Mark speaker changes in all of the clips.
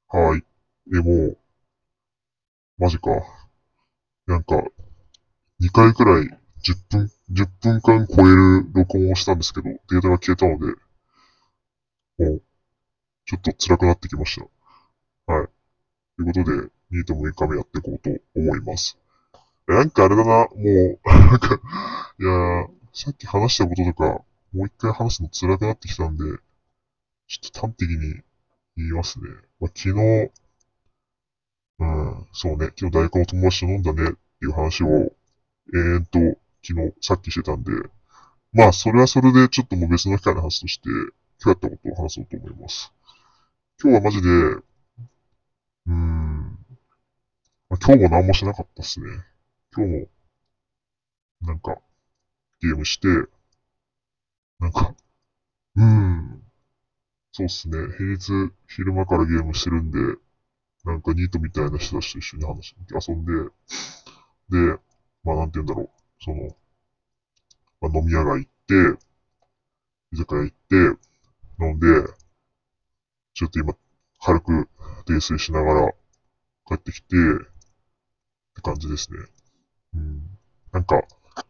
Speaker 1: はい。もう、マジか。なんか、2回くらい10分間超える録音をしたんですけど、データが消えたので、もう、ちょっと辛くなってきました。はい。ということで、ニート6日目やっていこうと思います。なんかあれだな、もう、いやさっき話したこととか、もう一回話すの辛くなってきたんで、ちょっと端的に言いますね。昨日、そうね、昨日大学の友達と飲んだねっていう話を、延々と昨日さっきしてたんで、それはそれでちょっともう別の機会の話として、今日やったことを話そうと思います。今日はマジで、今日も何もしなかったっすね。今日も、なんか、ゲームして、なんか、そうっすね。平日、昼間からゲームしてるんで、なんかニートみたいな人たちと一緒に遊んで、で、なんて言うんだろう。飲み屋街行って、居酒屋行って、飲んで、ちょっと今、軽く泥酔しながら帰ってきて、って感じですね。うん。なんか、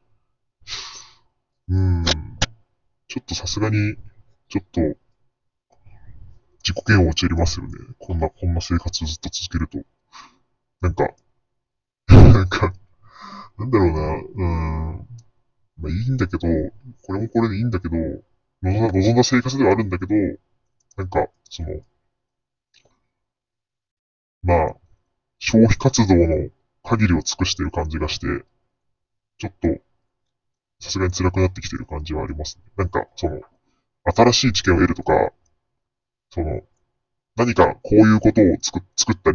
Speaker 1: うん、ちょっとさすがに、ちょっと自己嫌悪陥りますよね。こんな生活をずっと続けると。なんか、なんか、なんだろうな、いいんだけど、これもこれでいいんだけど、望んだ生活ではあるんだけど、なんか、まあ、消費活動の限りを尽くしている感じがして、ちょっと、さすがに辛くなってきている感じはありますね。なんか、新しい知見を得るとか、その、何かこういうことを作ったり、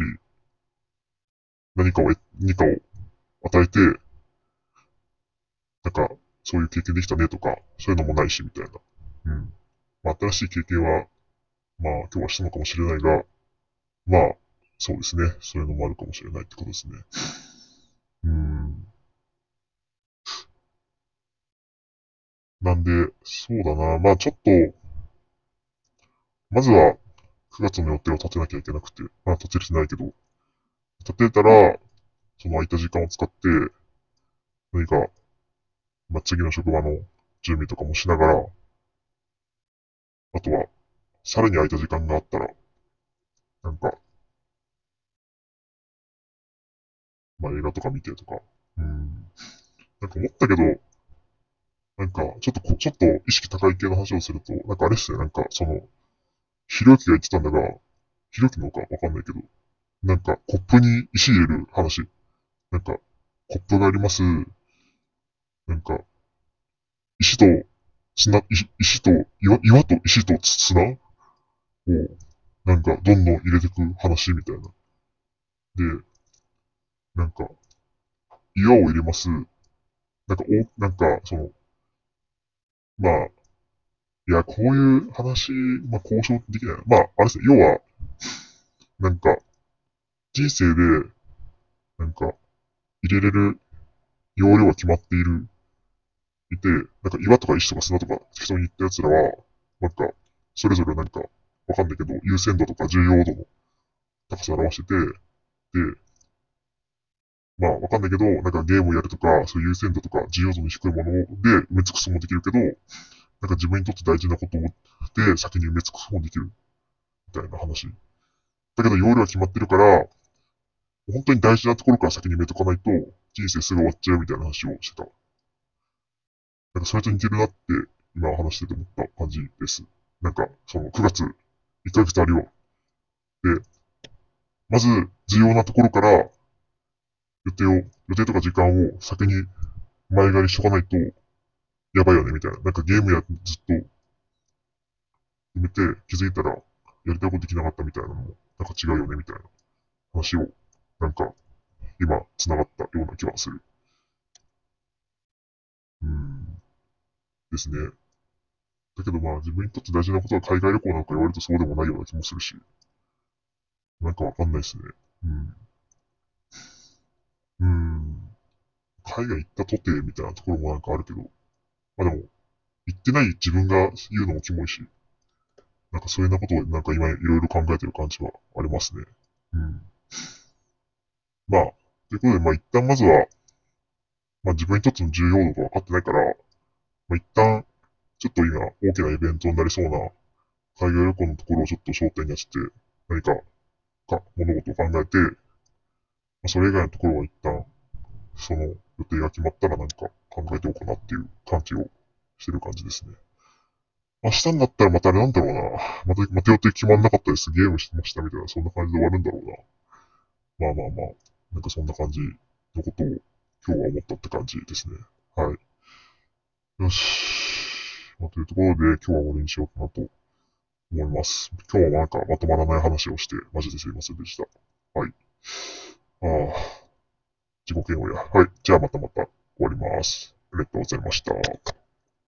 Speaker 1: 何かを与えて、なんか、そういう経験できたねとか、そういうのもないし、みたいな。うん。新しい経験は、今日はしたのかもしれないが、まあ、そうですね。そういうのもあるかもしれないってことですね。うん。なんで、そうだな。ちょっと、まずは、9月の予定を立てなきゃいけなくて、立てれてないけど、立てたら、その空いた時間を使って、何か、次の職場の準備とかもしながら、あとは、さらに空いた時間があったら、なんか、映画とか見てとか、うん。なんか思ったけど、ちょっと意識高い系の話をすると、なんかあれっすね、ひろゆきが言ってたんだが、ひろゆきのかわかんないけど、なんかコップに石入れる話。なんか、コップがあります。なんか、石と石と岩と石と砂を、なんか、どんどん入れていく話みたいな。で、なんか、岩を入れます。なんか、まあ、いや、こういう話、交渉できないな。あれですね、要は、なんか、人生で、なんか、入れれる容量が決まっていて、なんか岩とか石とか砂とか適当に言った奴らは、なんか、それぞれなんか、わかんないけど、優先度とか重要度の高さを表してて、で、わかんないけど、なんかゲームをやるとか、そういう優先度とか重要度の低いもので埋め尽くすもできるけど、なんか自分にとって大事なことで先に埋め尽くすもできるみたいな話。だけど容量は決まってるから、本当に大事なところから先に埋めとかないと、人生すぐ終わっちゃうみたいな話をしてた。なんかそれと似てるなって、今話してて思った感じです。なんか、9月、1ヶ月あるよ。で、まず、重要なところから予定とか時間を先に前借りしとかないと、やばいよね、みたいな。なんかゲームずっと埋めて気づいたら、やりたいことできなかったみたいなのも、なんか違うよね、みたいな話を、なんか、今、繋がったような気がする。うん、ですね。だけど自分にとって大事なことは海外旅行なんか言われるとそうでもないような気もするし、なんかわかんないですね。うん。うん。海外行ったとて、みたいなところもなんかあるけど、でも、行ってない自分が言うのもキモいし、 なんかそういうようなことをなんか今いろいろ考えてる感じはありますね。うん。まあ、ということで、まあ一旦まずは、まあ自分にとっての重要度が分かってないから、まあ一旦、ちょっと今大きなイベントになりそうな海外旅行のところをちょっと焦点に当てて、何か物事を考えて、まあ、それ以外のところは一旦、その予定が決まったら何か考えておこうかなっていう感じをしてる感じですね。明日になったらまたあれなんだろうな。また予定決まんなかったです。ゲームしてましたみたいな、そんな感じで終わるんだろうな。まあまあまあ、なんかそんな感じのことを今日は思ったって感じですね。はい。よし。まあ、というところで今日は終わりにしようかなと思います。今日はなんかまとまらない話をして、マジですいませんでした。はい。ああ、自己嫌悪や。はい。じゃあまた終わります。ありがとうございました。